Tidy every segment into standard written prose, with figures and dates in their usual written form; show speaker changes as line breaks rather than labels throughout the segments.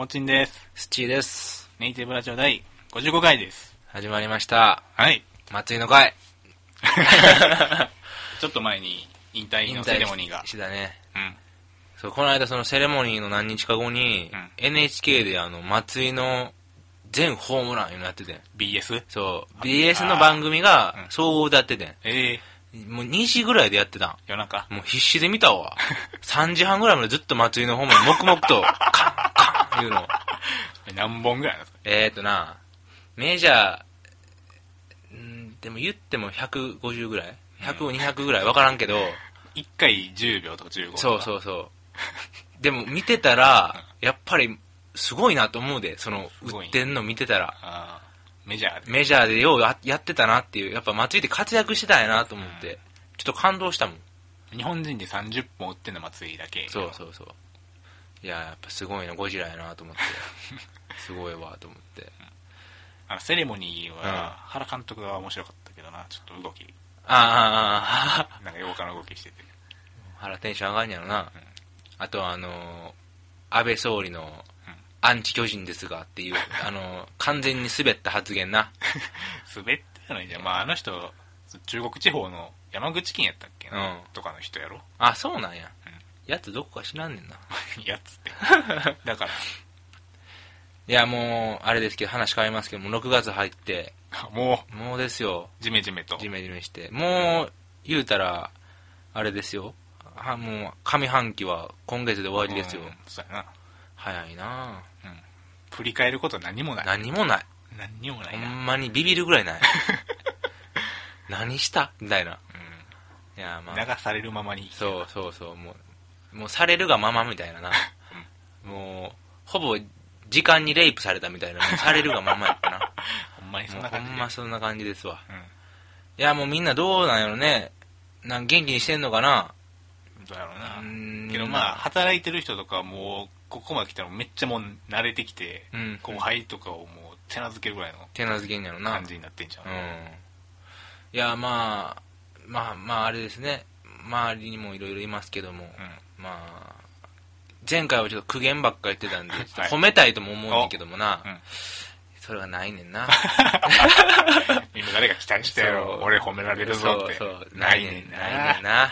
モーチンです。
スッチーです。
ネイティブラジオ第55回です。
始まりました。
はい。
祭りの会。
ちょっと前に引退のセレモニーが。
したね。
うん。
そう、この間そのセレモニーの何日か後に、
うん、
NHK で祭りの全ホームランやっててん。
BS？
そう。BS の番組が総合でやっててん。もう2時ぐらいでやってたん。
夜中
もう必死で見たわ。3時半ぐらいまでずっと祭りのホームラン黙々と、カンカン言うの。
何本ぐらいなんですか？
メジャー、でも言っても150ぐらい ?100、200ぐらい分からんけど。
1回10秒とか15秒とか。
そうそうそう。でも見てたら、やっぱりすごいなと思うで、その、打ってんの見てたら。
メジャーで。
メジャーでようやってたなっていう、やっぱ祭りで活躍してたんやなと思って、ちょっと感動したもん。
日本人で30本打ってんの祭りだけ。
そうそうそう。いや、やっぱすごいな、ゴジラやなと思って。すごいわと思って。
セレモニーは、原監督が面白かったけどな、ちょっと動き。
なん
か洋歌の動きしてて。
原テンション上がんやろな。あと安倍総理の、アンチ巨人ですがっていう、完全に滑った発言な。
滑ったのにじゃん。まああの人、中国地方の山口県やったっけな、とかの人やろ。
あ、そうなんや。やつどこか知らんねんな。
やつって。だから。
いや、もう、あれですけど、話変わりますけども、6月入って。
も
うですよ。
ジメジメと。
ジメジメして。もう、言うたら、あれですよ。もう、上半期は今月で終わりですよ。
そうやな。
早いなぁ。
振り返ること何もない。
何もない。
何もないな。
ほんまにビビるぐらいない。何したみたいな。いや、まあ。
流されるままに。
そうそうそう。もうされるがままみたいなな。もう、ほぼ、時間にレイプされたみたいな。されるがままやったな。
ほんまにそんな感じ。
ほんまそんな感じですわ。いや、もうみんなどうなんやろね。元気にしてんのかな。
どうやろうな。けどまあ、働いてる人とかはもう、ここまで来たらめっちゃもう慣れてきて、後輩とかをもう手なずけるぐらいの感じになってんじゃん。
いや、まあ、あれですね。周りにもいろいろいますけども、まあ、前回はちょっと苦言ばっか言ってたんで、褒めたいとも思うんだけどもな、それがないねんな。
みんな誰が期待してやろ、俺褒められるぞって。
そう、ないねんな。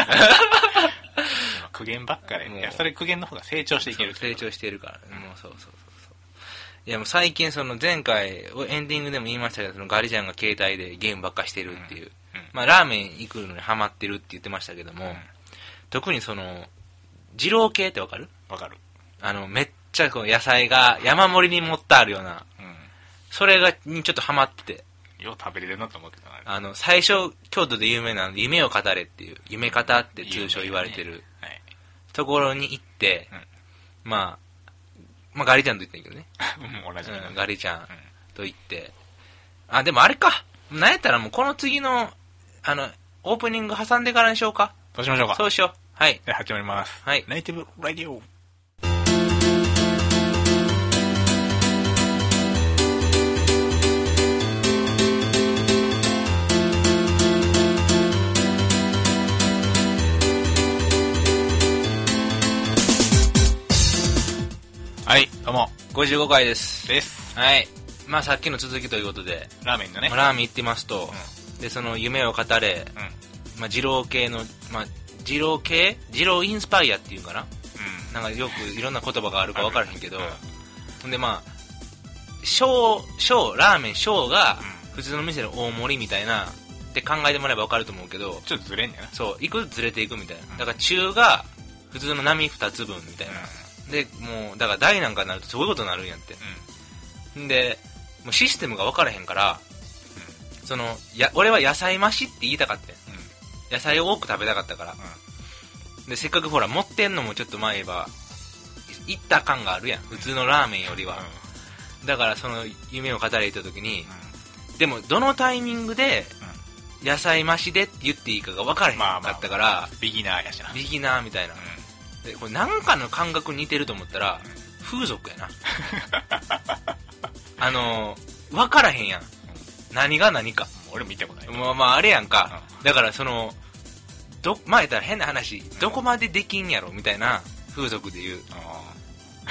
苦言ばっかで、いや、それ苦言の方が成長していける。
成長しているから、もうそう。いや、もう最近前回、エンディングでも言いましたけど、そのガリちゃんが携帯でゲームばっかしてるっていう。まあ、ラーメン行くのにハマってるって言ってましたけども、特に二郎系ってわかる？
わかる。
めっちゃ野菜が山盛りに盛ってあるような、それにちょっとハマってて。
よう食べれるなと思ってた
な。最初、京都で有名な夢を語れっていう、夢語って通称言われてる、ところに行って、まあ、ガリちゃんと言ったんやけどね。
同じ
ガリちゃんと言って。でもあれか。なんやったらもうこの次の、オープニング挟んでからにしようか。
そうしましょうか。
そうしよう。はい。
では始まります。
はい。
ネイティブラディオ。はい、どうも。
55回です。
です。
はい。まあさっきの続きということで。
ラーメンのね。
ラーメン行ってますと。で、その夢を語れ。まあ二郎系の、まあ二郎インスパイアっていうかな。なんかよくいろんな言葉があるか分からへんけど。ほんでまあ、ラーメン小が普通の店の大盛りみたいなって考えてもらえば分かると思うけど。
ちょっとずれんねやな。
そう、一個ずつずれていくみたいな。だから中が普通の波2つ分みたいな。で、もう、だから大なんかになるとすごいことになるんやって。で、もうシステムが分からへんから、俺は野菜増しって言いたかったよ。野菜を多く食べたかったから。で、せっかくほら、持ってんのもちょっと前言えば、いった感があるやん。普通のラーメンよりは。だからその夢を語れた時に、でもどのタイミングで、野菜増しでって言っていいかが分からへんかったから、
ビギナーやしな。
ビギナーみたいな。でこれなんかの感覚に似てると思ったら風俗やな。分からへんやん。何が何か。
俺見たことない。
まああれやんか。だから前言ったら変な話、どこまでできんやろみたいな風俗で言う。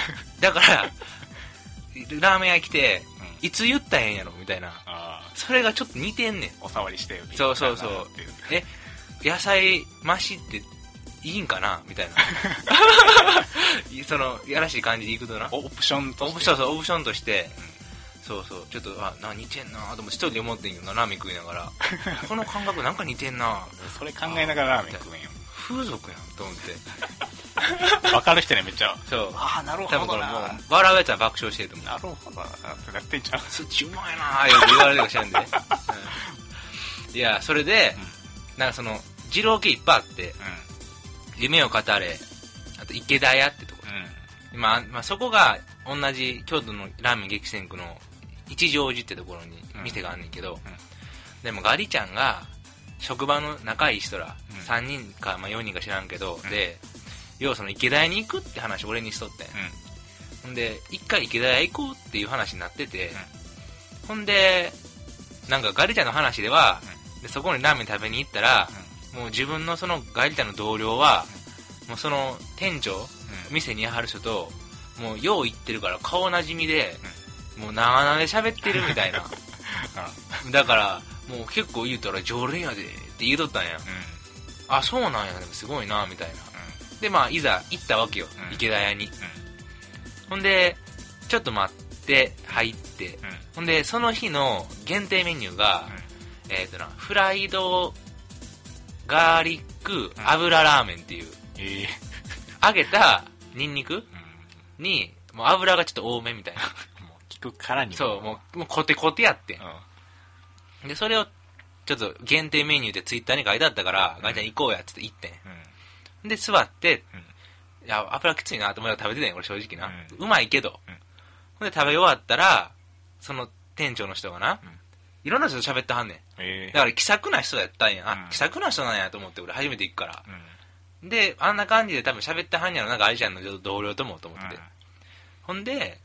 だからラーメン屋来て、いつ言ったらええんやろみたいな。それがちょっと似てんねん。
お触りしてよ。
そうそうそう。野菜増しっていいんかなみたいな。そのやらしい感じでいくとな。
オプションとして。
そうそう、オプションとして、そうそう、ちょっと似てんなと思って一人で思ってんよな、ラーメン食いながら。この感覚なんか似てんな。
それ考えながらラーメン食うんよ。
風俗やんと思って。
分かる人ねめっちゃ。
そう。
なるほどな。多分これ
もう笑うやつは爆笑してると思う。
なるほどなってなってんじゃん。
そっちうまいなーよって言われるかしらんで。いや、それで、なんかその二郎系いっぱいあって、夢を語れ、あと池田屋ってとこ。まあそこが同じ京都のラーメン激戦区の一乗寺ってところに店があんねんけど、でもガリちゃんが職場の仲いい人ら3人か、4人か知らんけど、で要はその池田屋に行くって話俺にしとってん、ほんで一回池田屋行こうっていう話になってて、ほんでなんかガリちゃんの話では、でそこにラーメン食べに行ったら、もう自分のそのガリちゃんの同僚はもうその店長、店にやはる人ともうよう行ってるから顔なじみで、もう長々で喋ってるみたいなだからもう結構言うたら常連やでって言うとったんや、あ、そうなんや、でもすごいなみたいな、でまあいざ行ったわけよ、池田屋に、ほんでちょっと待って入って、ほんでその日の限定メニューが、フライドガーリック油ラーメンっていう、揚げたニンニクにもう油がちょっと多めみたいな
もう効くからに
そうもうコテコテやって、でそれをちょっと限定メニューでツイッターに書いてあったから、ガリちゃん行こうやっつって行ってん、で座って、いや油きついなと思いながら食べてたんよ俺正直な、うまいけど、ほんで食べ終わったらその店長の人がな、いろんな人と喋ってはんねん、だから気さくな人やったんや、気さくな人なんやと思って俺初めて行くから、であんな感じで多分喋ってはんやろなガリちゃんの同僚ともと思って、ほんで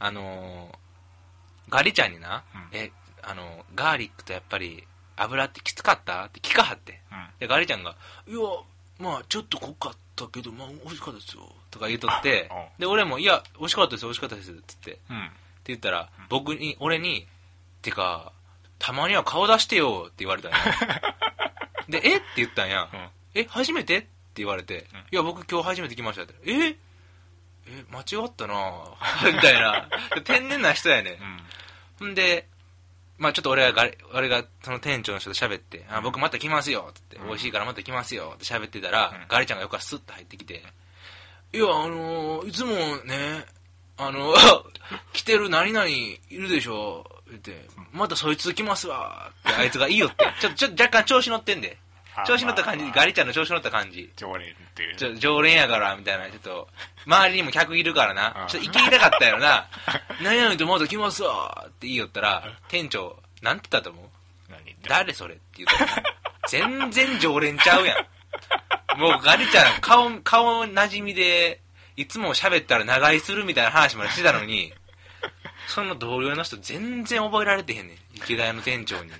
ガリちゃんにな、ガーリックとやっぱり油ってきつかったって聞かはって、でガリちゃんがいやまあちょっと濃かったけどまあ美味しかったですよとか言うとって、で俺もいや美味しかったです美味しかったですっつって、って言ったら俺にてかたまには顔出してよって言われたんやでって言ったんや、初めてって言われて、いや僕今日初めて来ましたって、間違ったなみたいな天然な人やね、ほんでまあちょっと俺がその店長の人と喋って、僕また来ますよって言って、美味しいからまた来ますよって喋ってたら、ガリちゃんが横からスッと入ってきて、いやいつもね来てる何々いるでしょ言って、またそいつ来ますわってあいつがいいよってちょっと若干調子乗ってんで、調子乗った感じ、ガリちゃんの調子乗った感じ、
常連っていう
常連やからみたいな、ちょっと周りにも客いるからな、ちょっと行きたかったよな何々とまた来ますわって言いよったら、店長なんて言ったと思う？誰それって言ったら全然常連ちゃうやんもうガリちゃん顔なじみでいつも喋ったら長居するみたいな話までしてたのにその同僚の人全然覚えられてへんねん、池田屋の店長にびっ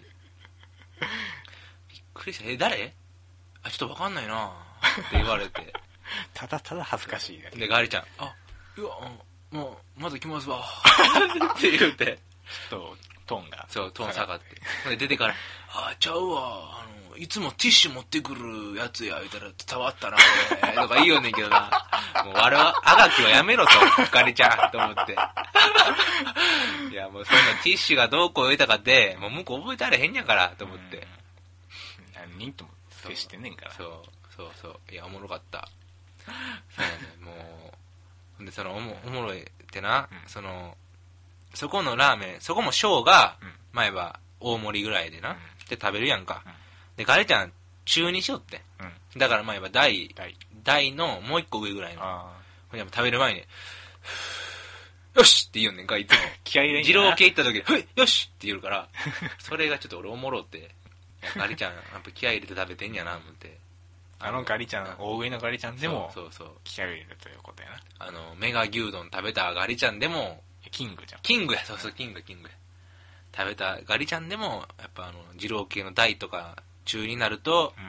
くりした。誰？ちょっと分かんないなって言われて
ただただ恥ずかしいね。
でガリちゃんいやもうまた来ますわって言うて
ちょっとトーンが
そうトーン下がってで出てからちゃうわいつもティッシュ持ってくるやつや言うたら伝わったなとか言いよんねんけどなもうあがきはやめろとガリちゃんと思っていやもうそんなティッシュがどうこう言うたかってもう向こう覚えたらへんやからと思って、
何人とも接してんねんから。
そういやおもろかったそうねもうでそのおもろいってな、そこのラーメンそこもショーが前は大盛りぐらいでな、で食べるやんか、でガリちゃん中にしよって、だから前は大のもう一個上ぐらいの食べる前によしって言うんねんかいつも
気合い入れん
二郎系行った時によしって言うからそれがちょっと俺おもろってガリちゃんやっぱ気合い入れて食べてんやな思って
ガリちゃん大食いのガリちゃんでも
そう
気合い入れたということやな。
メガ牛丼食べたガリちゃんでも
キングじゃん。
キングやそうキング食べたガリちゃんでもやっぱ二郎系の大とか中になると、やっ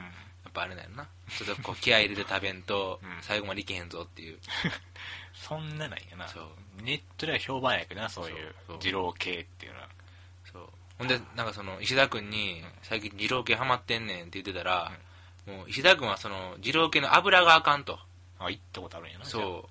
ぱあれだよな。ちょっとこう気合い入れて食べんと、最後までいけへんぞっていう。
そんななんやな。ネットでは評判やけどな、そういう二郎系っていうのは。
そう。ほんで、なんかその、石田くんに、最近二郎系ハマってんねんって言ってたら、もう石田くんはその、二郎系の油があかんと。
あ、行ったことあるんやな。
そう。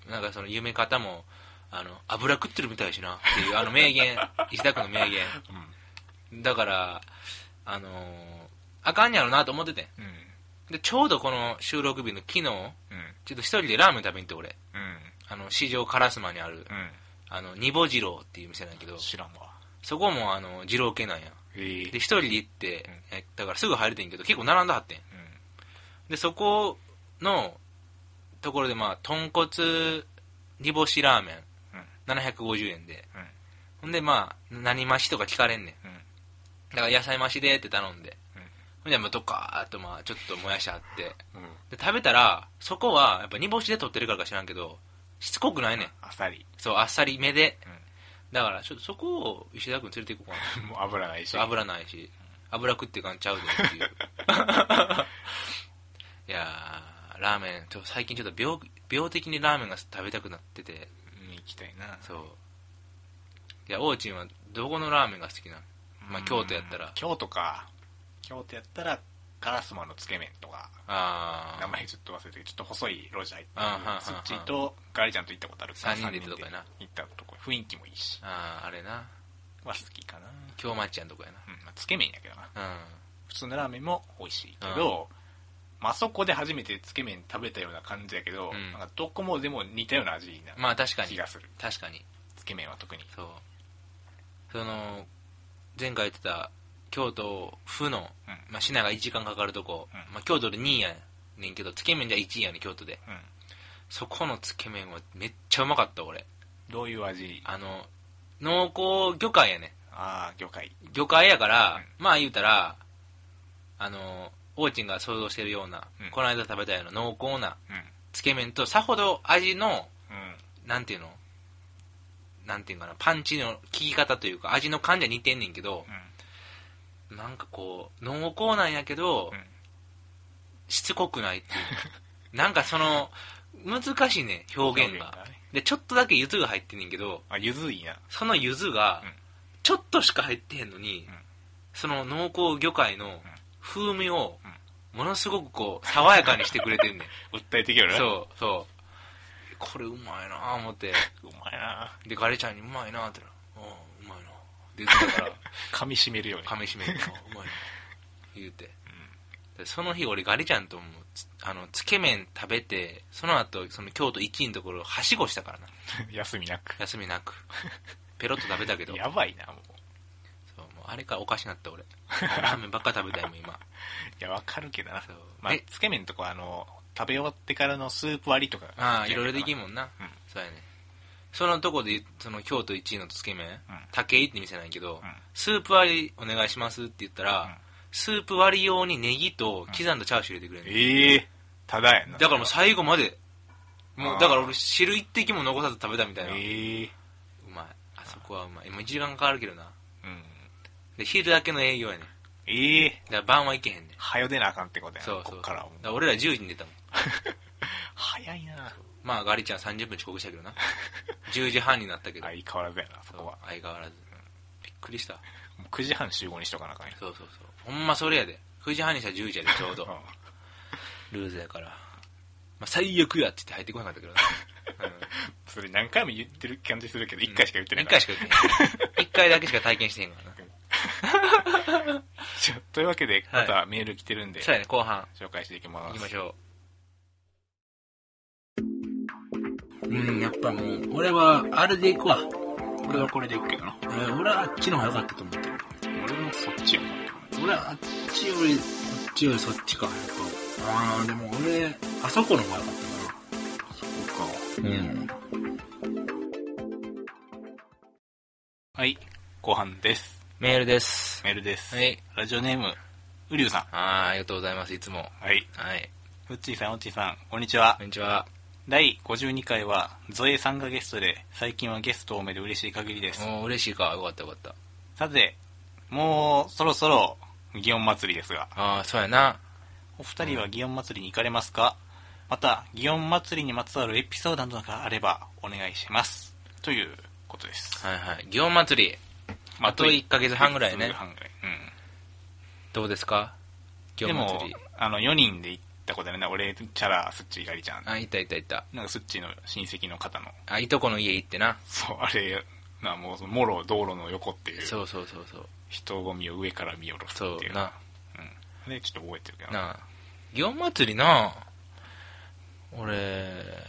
なんかその、夢方も、油食ってるみたいしな、っていう、名言、石田くんの名言。だから、あかんやろなと思ってて。で、ちょうどこの収録日の昨日、ちょっと一人でラーメン食べに行って俺。市場烏丸にある、ニボ二郎っていう店なんやけど、
知らんわ。
そこも二郎系なんや。で、一人で行って、だからすぐ入れてんけど、結構並んだはってん。で、そこのところで豚骨煮干しラーメン、750円で。ほんで何増しとか聞かれんねん。だから野菜増しでって頼んで。ほんでドカーっとちょっともやしあって。で、食べたら、そこはやっぱ煮干しで取ってるからか知らんけど、しつこくないねん。
あっさり。
そう、あっさりめで。だからちょっとそこを石田君連れて行こうかな。
もう油ないし。
油ないし。油食っていかんちゃうでっていう。いやー、ラーメン、最近ちょっと病的にラーメンが食べたくなってて。
行きたいな。
そう。いや、オーチンはどこのラーメンが好きなの？京都やったら。
京都か。京都やったら、烏丸のつけ麺とか。名前ちょっと忘れて、ちょっと細い路地入って、そっちとガリちゃんと行ったことある。
3人で行ったとこやな。
行ったとこ。雰囲気もいいし。
あれな。
は好きかな。
京町やんとこやな。
つけ麺やけどな。普通のラーメンも美味しいけど、あそこで初めてつけ麺食べたような感じやけど、なんかどこもでも似たような味な気がする。
確かに。
つけ麺は特に。
そう。前回言ってた京都府の、市内が1時間かかるとこ、京都で2位やねんけど、つけ麺じゃ1位やねん、京都で。そこのつけ麺はめっちゃうまかった、俺。
どういう味？
濃厚魚介やねん。
魚介。
魚介やから、言うたら、オーチンが想像してるような、この間食べたような濃厚なつけ麺と、さほど味の、なんていうかな、パンチの効き方というか、味の感じは似てんねんけど、なんかこう、濃厚なんやけど、しつこくないっていう。なんか難しいね、表現が。で、ちょっとだけ柚子が入ってんねんけど、
柚子いいな。
その柚子が、ちょっとしか入ってへんのに、その濃厚魚介の風味を、ものすごくこう、爽やかにしてくれてんねん。
訴えてきよね。
そう。これうまいなぁ思って。
うまいな
で、ガレちゃんにうまいなぁって言ったら、うまいなぁ。で、言ってたから、
噛み締めるように。
噛み締めるなうまいなぁ。言うて。でその日俺ガレちゃんともつけ麺食べて、その後、京都1位のところをはしごしたからな。
休みなく。
ペロッと食べたけど。
やばいな、もう。
そう、もうあれからおかしなった俺。ラーメンばっか食べたいもん、今。
いや、わかるけどな。つけ麺とか食べ終わってからのスープ割りとか。
いろいろできんもんな。そうやね。そのとこで、京都1位のつけ麺、武井って店なんやけど、スープ割りお願いしますって言ったら、スープ割り用にネギと刻んだチャーシュー入れてくれるの。
ただやな。
だからもう最後まで、もうだから俺汁一滴も残さず食べたみたいな。うまい。あそこはうまい。今1時間かかるけどな。で、昼だけの営業やね。だから晩は行けへんね。
早出なあかんってことやな。
そう。
こっから
だ俺ら10時に出たもん。
早いな。
ガリちゃん30分遅刻したけどな。10時半になったけど。
相変わらずやな、そこは。
相変わらず。びっくりした。
9時半集合にしとかなあかんや。
そう。ほんまそれやで。9時半にしたら10時やで、ちょうど。ルーズやから。最悪やって言って入ってこなかったけどな。
それ何回も言ってる感じするけど、1回しか言ってない
から。1回しか言ってない。1回だけしか体験してへんからな。
というわけで、またメール来てるんで。
そうやね、後半。
紹介していきます。
行きましょう。やっぱもう、俺はあれで行くわ。
俺はこれで行くけどな。
俺はあっちの方が良かったと思ってる。
俺もそっちやな。
俺はあっちより、こっちよりそっちか。でも俺、あそこの方が良かったな。
そうか。はい、後半です。
メールです。
はい。ラジオネーム、うりゅうさん。
ありがとうございます、いつも。
はい。ふっちーさん、おっちーさん、こんにちは。
こんにちは。
第52回は、ゾエさんがゲストで、最近はゲスト多めで嬉しい限りです。
嬉しいか。よかったよかった。
さて、もう、そろそろ、祇園祭りですが。
そうやな。
お二人は祇園祭りに行かれますか？また祇園祭りにまつわるエピソードなどがあればお願いしますということです。
はいはい。祇園祭りあと1ヶ月半ぐらいね。どうですか？
祇園祭り。でも4人で行ったことあるな。俺、チャラ、スッチー、ガリちゃん。
いた。
なんかスッチーの親戚の方の。
いとこの家行ってな。
そう、あれ、もう、もろ道路の横っていう。
そう。
人混みを上から見下ろすっていう。そうな。で、ちょっと覚えてるけど
な。祇園祭りな、俺、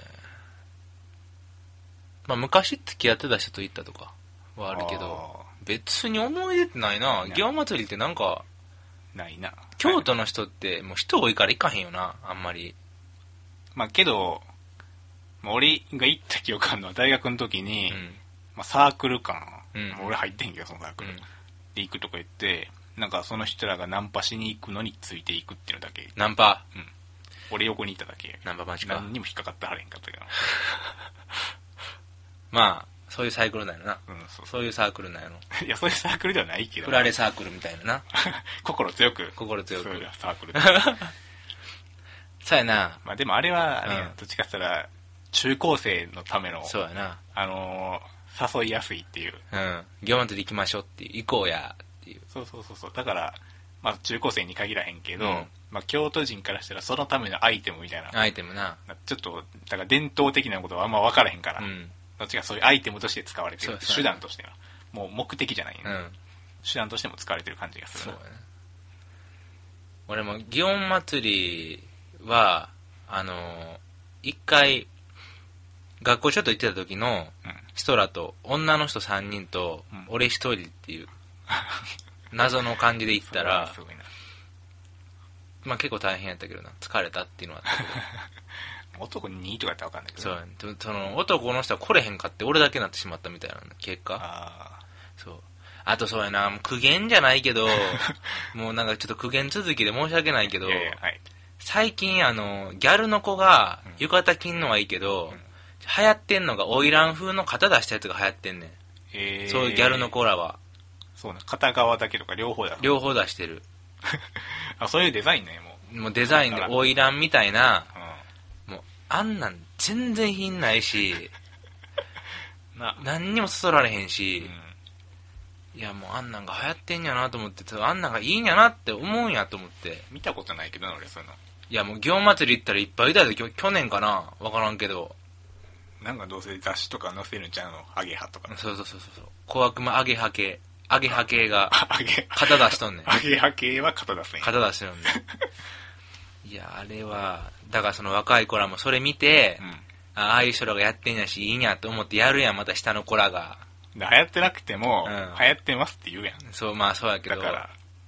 まあ昔付き合ってた人と行ったとかはあるけど、別に思い出ってないな。祇園祭りってなんか、
ないな。
京都の人ってもう人多いから行かへんよな、あんまり。
まあけど、俺が行った記憶あるのは大学の時に、まあ、サークル感、俺入ってへんけどそのサークル、で行くとか言って、なんかその人らがナンパしに行くのについていくっていうのだけ。
ナンパ？
俺横にいただけ。
ナンパマジか。
何にも引っかかってはれへんかったけど。
まあ、そういうサークルなんやな。そういうサークルなんやろ。
いや、そういうサークルではないけど。
振られサークルみたいなな。
心強く。
そういう
サークル。
そうやな。
まあでもあれは、どっちかって言ったら、中高生のための、
そうやな。
誘いやすいっていう。
祇園祭り行きましょうっていう、行こうやっていう。
そう。だから、まあ中高生に限らへんけど、まあ京都人からしたらそのためのアイテムみたいな。
アイテムな。
ちょっと、だから伝統的なことはあんま分からへんから。どっちかそういうアイテムとして使われてる。手段としては。もう目的じゃないね。手段としても使われてる感じがする。そうやね。
俺も祇園祭りは、一回、学校ちょっと行ってた時の人らと女の人3人と俺1人っていう謎の感じで行ったら、まあ結構大変やったけどな、疲れたっていうのはあったけ
ど男2とかやったら分かんないけ
ど、その男の人は来れへんかって俺だけになってしまったみたいな結果。そう。あとそうやな、苦言じゃないけどもうなんかちょっと苦言続きで申し訳ないけど、最近ギャルの子が浴衣着んのはいいけど、流行ってんのが花魁風の型出したやつが流行ってんねん。そういうギャルの子らは。
そうな、片側だけとか両方だ。
両方出してる。
そういうデザインね、
もうデザインで花魁みたいな、もうあんなん全然品ないし、何にもそそられへんし、いやもうあんなんが流行ってんやなと思って、あんなんがいいんやなって思うんやと思って。
見たことないけどな、俺そういうの。
いやもう祇園祭り行ったらいっぱいいたで、去年かな、わからんけど。
なんかどうせ雑誌とか載せるんちゃうの、アゲハとか。
そう。小悪魔アゲハ系が型出しとんねん。
アゲハ系は型出すねん。
型出してるんで。いや、あれは、だからその若い子らもそれ見て、ああいう人らがやってんやし、いいんやと思ってやるやん、また下の子らが。
流行ってなくても、流行ってますって言うやん。
そう、まあそうやけど。だから。いや、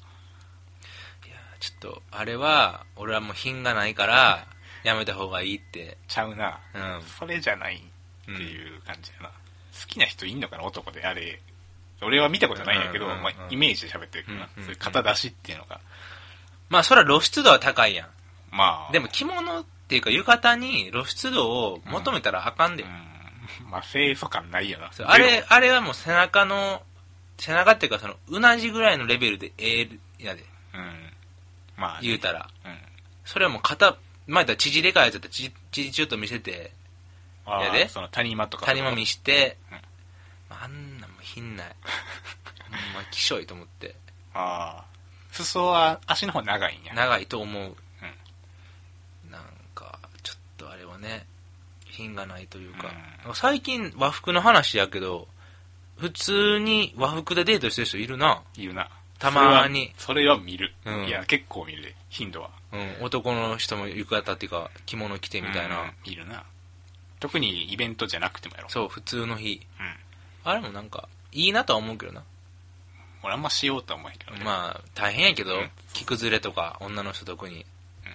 ちょっと、あれは、俺はもう品がないから、やめた方がいいって。
ちゃうな。それじゃないっていう感じやな。好きな人いんのかな、男で。あれ。俺は見たことないんやけど、まあ、イメージで喋ってるからな。そういう型出しっていうのが。
まあ、それは露出度は高いやん。
まあ。
でも着物っていうか浴衣に露出度を求めたらあかんで。
まあ、清楚感ないよな。
あれはもう背中っていうか、うなじぐらいのレベルでやで。まあ、言うたら。それはもう前だ縮れかいやつだったら縮ちょっと見せて、
やで。その谷間とか。
谷間見して、あんなも品ない。ほんまきしょいと思って。
裾は足の方長いんや。
長いと思う。なんか、ちょっとあれはね、品がないというか。最近和服の話やけど、普通に和服でデートしてる人いるな。
いるな。
たまに。
それは見る。いや、結構見るで、頻度は。
男の人も浴衣っていうか、着物着てみたいな。
いるな。特にイベントじゃなくてもやろ。
そう、普通の日。あれもなんか、いいなとは思うけどな。
俺あんましようとは思うけどね。
まあ、大変やけど、着崩れとか、女の人特に。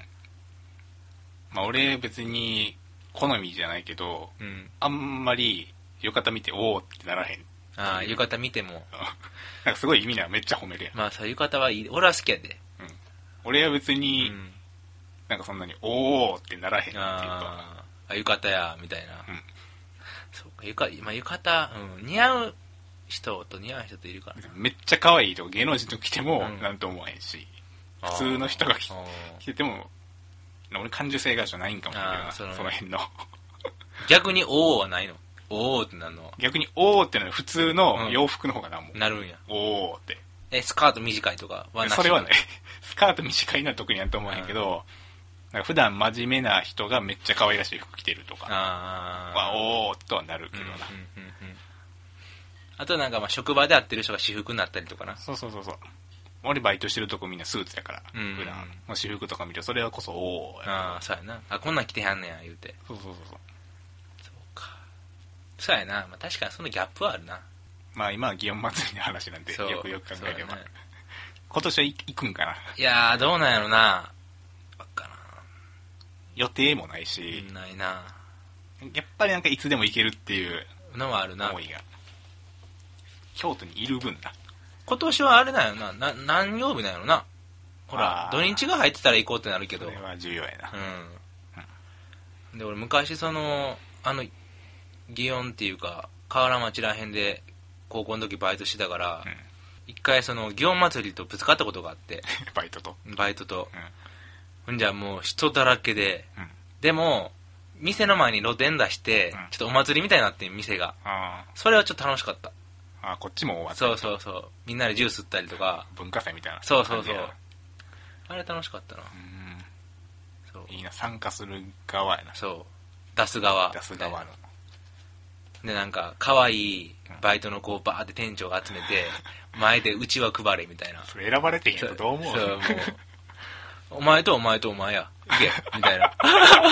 まあ、俺別に、好みじゃないけど、あんまり、浴衣見て、おーってならへん。
浴衣見ても。
なんかすごい意味ならめっちゃ褒めるやん。
まあさ、浴衣はいい。俺は好きやで。
俺は別に、なんかそんなに、おーってならへんっていうか。
浴衣や、みたいな。そうか、浴衣、似合う人と似合う人といるから。
めっちゃ可愛いと芸能人と着ても、なんと思わへんし、普通の人が着てても、 俺感受性がないんかもしれないけどな、その辺の。
逆におーはないの？おーってなんの？
逆におーってのは普通の洋服の方がなんもん。
なるんや。
おーって。
スカート短いとかはなし？
それはね、スカート短いのは特にやると思うんやけど、なんか普段真面目な人がめっちゃ可愛らしい服着てるとかはおーとはなるけどな。
あとなんかまあ職場で会ってる人が私服になったりとかな。
そう。俺バイトしてるとこみんなスーツやから、普段の私服とか見るとそれはこそおー
や。そうやな。こんなん着てはんねや言うて。
そう。
そうか。そうやな。まあ確かにそのギャップはあるな。
まあ今は祇園祭りの話なんでよく考えれば、ね、今年は行くんかな。
いやーどうなんやろな。ばっかな。
予定もないし。
ないな。
やっぱりなんかいつでも行けるっていう
のはあるな。
思いが。京都にいる分だ。
今年はあれだよな。何曜日なんやろな。ほら、土日が入ってたら行こうってなるけど。
それは重要やな。
で、俺昔祇園っていうか、河原町らへんで高校の時バイトしてたから、一回祇園祭りとぶつかったことがあって。
バイトと。
ほんじゃもう人だらけで、でも、店の前に露店出して、ちょっとお祭りみたいになってん、店が。それはちょっと楽しかった。
こっちもお祭り。
そう。みんなでジュース売ったりとか。
文化祭みたいな。
そう。あれ楽しかったな。
いいな、参加する側やな。
そう。出す側の。で、なんか、可愛いバイトの子をバーって店長が集めて、前でうちは配れみたいな。
それ選ばれてんやとどう思う？
そう、もう。お前とお前や。行けみたいな。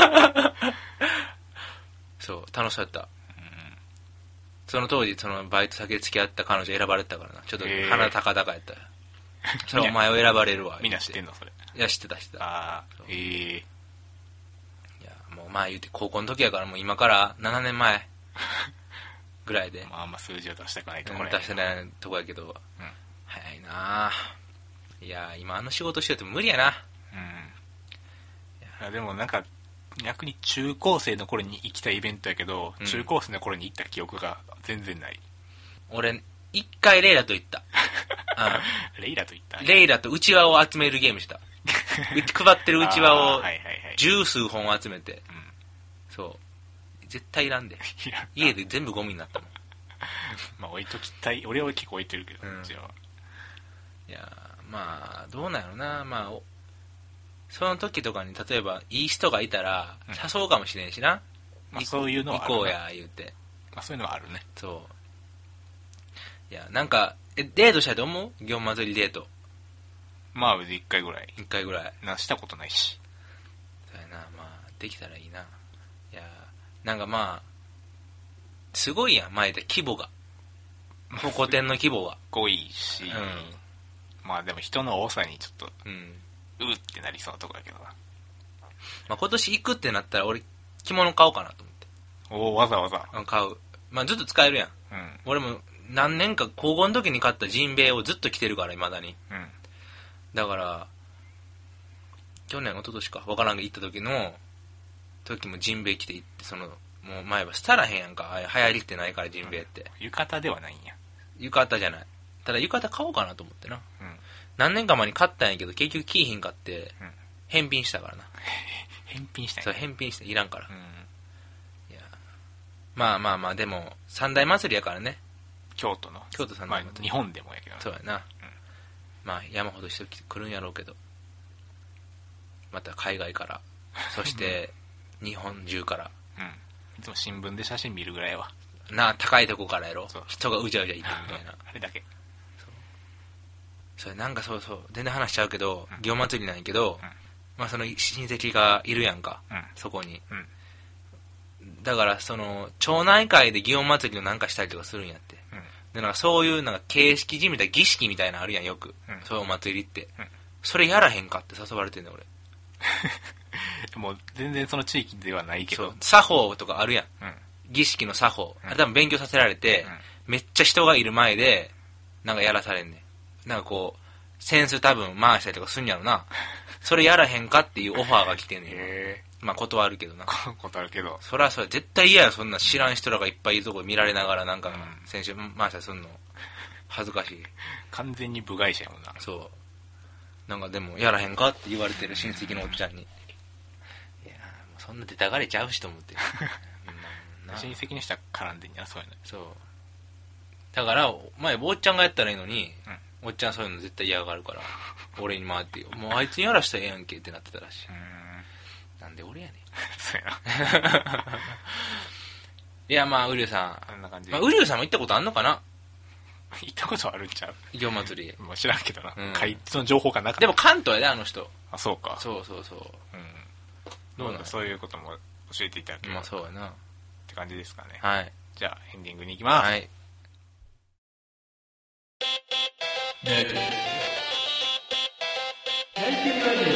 そう、楽しかった。その当時、バイト先で付き合った彼女選ばれてたからな。ちょっと鼻高々やったよ。それお前を選ばれるわ。
みんな知ってんのそれ？
いや、知ってた。いや、もう前言うて高校の時やからもう今から7年前ぐらいで。
まあ数字を出したくないところ
や。出してないとこやけど。早いな。いや、今仕事してても無理やな。
いやでもなんか、逆に中高生の頃に行きたいイベントやけど、中高生の頃に行った記憶が全然ない。
俺、一回レイラと行った。
レイラと行った？
レイラとうちわを集めるゲームした。配ってるうちわを十数本集めて。そう。絶対いらんで。家で全部ゴミになったもん。
まあ置いときたい。俺は結構置いてるけど、うちは。
いや、まあ、どうなんやろな。まあ、その時とかに例えばいい人がいたら誘うかもしれんしな。
まあそういうのはある。
行こうや、言うて。
まあそういうのはあるね。
そう。いや、なんか、デートしたいと思う？祇園祭りデート。
まあ、1回ぐらい。
1回ぐらい。
したことないし。
そうやな、まあ、できたらいいな。いや、なんかまあ、すごいやん、前で規模が。古典の規模が。
多いし、まあでも人の多さにちょっと、うってなりそうなとこやけどな。
まあ今年行くってなったら俺、着物買おうかなと思って。
わざわざ。
買う。まあずっと使えるやん。俺も何年か高校の時に買ったジンベエをずっと着てるから未だに。だから、去年、一昨年か、わからんけど行った時もジンベエ着て行って、もう前は廃らへんやんか。流行りってないからジンベエって。
浴衣ではないんや。
浴衣じゃない。ただ浴衣買おうかなと思ってな。何年か前に買ったんやけど、結局着いひんかって、返品したからな。
返品したんや。
そう、返品していらんから。いや、まあ、でも、三大祭りやからね。
京都三大祭り。日本でもやけど
そうやな。まあ、山ほど人来るんやろうけど。また海外から。そして、日本中から。
いつも新聞で写真見るぐらいは。
高いとこからやろ。人がうじゃうじゃいてみたいな。
あれだけ。
それなんかそう全然話しちゃうけど、祇園祭りなんやけど、まあその親戚がいるやんか、そこに。だから町内会で祇園祭りをなんかしたりとかするんやって。でなんかそういうなんか形式じみた儀式みたいなのあるやんよく。そういうお祭りって。それやらへんかって誘われてんねん俺。
もう全然その地域ではないけど。
作法とかあるやん。儀式の作法。あれ多分勉強させられて、めっちゃ人がいる前で、なんかやらされんねん。なんかこう、センス多分回したりとかすんやろな。それやらへんかっていうオファーが来てんねん。まあ断るけどな。
断るけど。
それは絶対嫌や、そんな知らん人らがいっぱいいるとこ見られながらなんか、先週回したりすんの。恥ずかしい。
完全に部外者やもんな。
そう。なんかでも、やらへんかって言われてる親戚のおっちゃんに。 そんな出たがれちゃうしと思って
親戚にしたら絡んでんや、そういうの。
そうだから前おっちゃんがやったらいいのに、おっちゃんそういうの絶対嫌がるから俺に回ってもうあいつにやらしたらええやんけってなってたらしい。なんで俺やねん
そうやな。
いやまあウリュウさん、
あんな感じ。
ウリュウさんも行ったことあんのかな。
行ったことあるんちゃう。
祇園祭り
もう知らんけどな、その情報がなかった。
でも関東やであの人。
あ、そうか。
そう、
どうなんそういうことも教えていただければ。
まあそうやな
って感じですかね。
はい。
じゃあエンディングに行きます。
はい。ネイティブラジオ。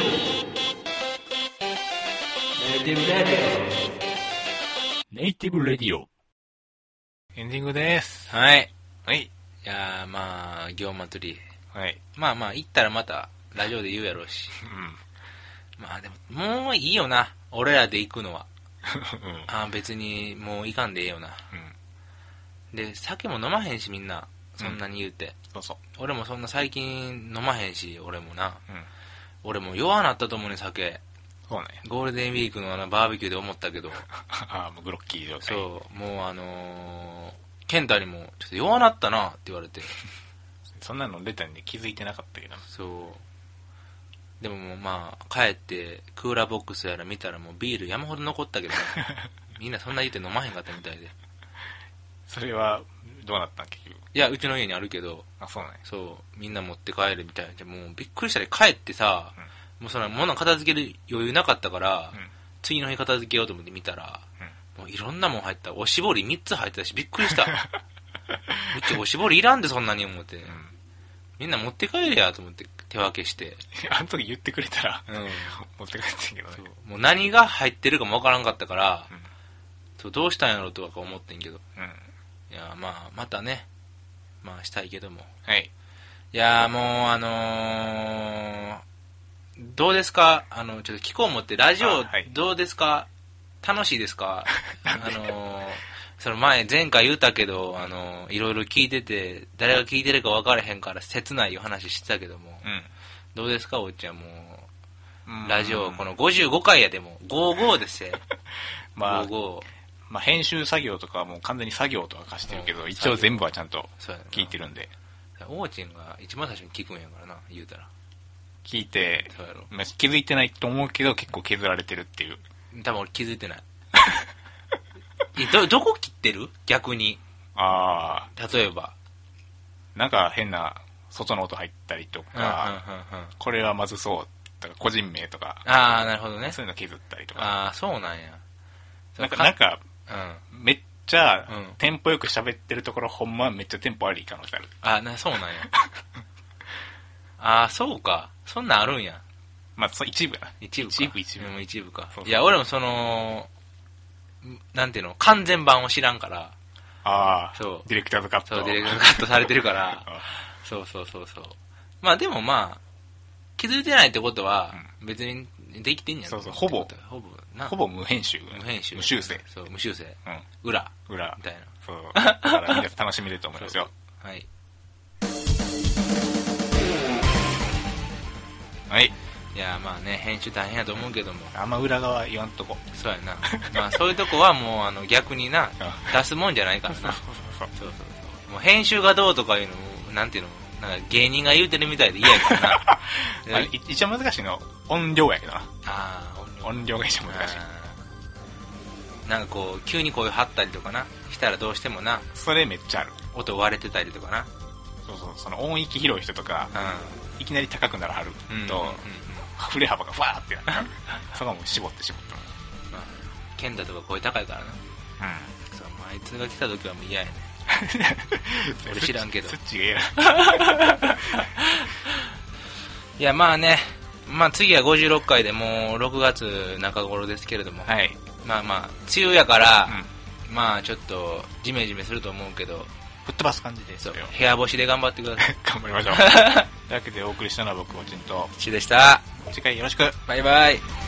ネイティブラジオ。ネイティブラジオ。
エンディングです。
はい。
はい。
いやーまあ祇園祭り。
はい。
まあまあ行ったらまたラジオで言うやろうし。まあでももういいよな。俺らで行くのは。別にもう行かんでええよな。で酒も飲まへんしみんなそんなに言うて。
そうそう。
俺もそんな最近飲まへんし俺もな。俺も弱なったと思うね酒。
そうね。
ゴールデンウィークのバーベキューで思ったけど。
もうグロッキー状態。
そう。もう健太にもちょっと弱なったなって言われて。
そんなの出たんで気づいてなかったけど。
そう。でももうまあ帰ってクーラーボックスやら見たらもうビール山ほど残ったけど、みんなそんな言って飲まへんかったみたいで。
それはどうなったん結局。
いやうちの家にあるけど。
あ、そうね。
そうみんな持って帰るみたいで、もうびっくりしたで帰ってさ、もうその物片付ける余裕なかったから、次の日片付けようと思って見たら、もういろんなもん入った。おしぼり3つ入ってたしびっくりした。うちおしぼりいらんでそんなに思って、みんな持って帰れやと思って手分けして。
あの時言ってくれたら、持って帰ってんけどね。
もう何が入ってるかもわからんかったから、どうしたんやろうとか思ってんけど、いやまあまたねまあしたいけども、
はい。
いやもうどうですかちょっと聞こう思ってラジオどうですか、楽しいですか。その前回言うたけどいろいろ聞いてて誰が聞いてるか分からへんから切ない話してたけども、どうですかおっちゃん。もうラジオこの55回やでも55ですよ。
まあまあ編集作業とかはもう完全に作業とは化してるけど、一応全部はちゃんと聞いてるんで。
おーちんが一番最初に聞くんやからな言うたら。
聞いて、気づいてないと思うけど結構削られてるっていう。
多分俺気づいてない。どこ切ってる逆に。例えば
なんか変な外の音入ったりとか、これはまずそうとか個人名とか、
なるほどね。
そういうの削ったりとか。
そうなんや。
なんかめっちゃテンポよく喋ってるところほんまめっちゃテンポ悪い可能性ある。
そうなんや。そうか。そんなんあるんや。
まあ一部やな。
一部か。
そうそう。
いや俺もなんていうの完全版を知らんから。そう
ディレクターズカット。
そうディレクターズカットされてるから。そうまあでもまあ気づいてないってことは別にできてんやん。
そうほぼ無編集。無修正。
そう無修正。裏みたいな。
そうだからみんな楽しみると思いますよ。
はい
はい。
いやまあね編集大変やと思うけども、
あんま裏側言わんとこ。
そうやな。まあそういうとこはもう逆にな出すもんじゃないからな。そうもう編集がどうとかいうのなんていうのなんか芸人が言うてるみたいで嫌やからな。
一番難しいの音量やけどな。音量が一番難しい。
なんかこう急にこういう張ったりとかなしたらどうしてもな。
それめっちゃある。
音割れてたりとかな。
その音域広い人とか、いきなり高くならはると、振れ幅がファーってなる。そこはもう絞って
健太とか声高いからな。そうあいつが来た時はもう嫌やね。俺知らんけど。
そっちが嫌や。
いやまあね、まあ次は56回でもう6月中頃ですけれども、まあまあ梅雨やから、まあちょっとジメジメすると思うけど
吹っ飛ばす感じですよ。
部屋干しで頑張ってください。
頑張りましょう。というわけでお送りしたのは僕もちんと
ちでした。
次回よろしく。
バイバイ。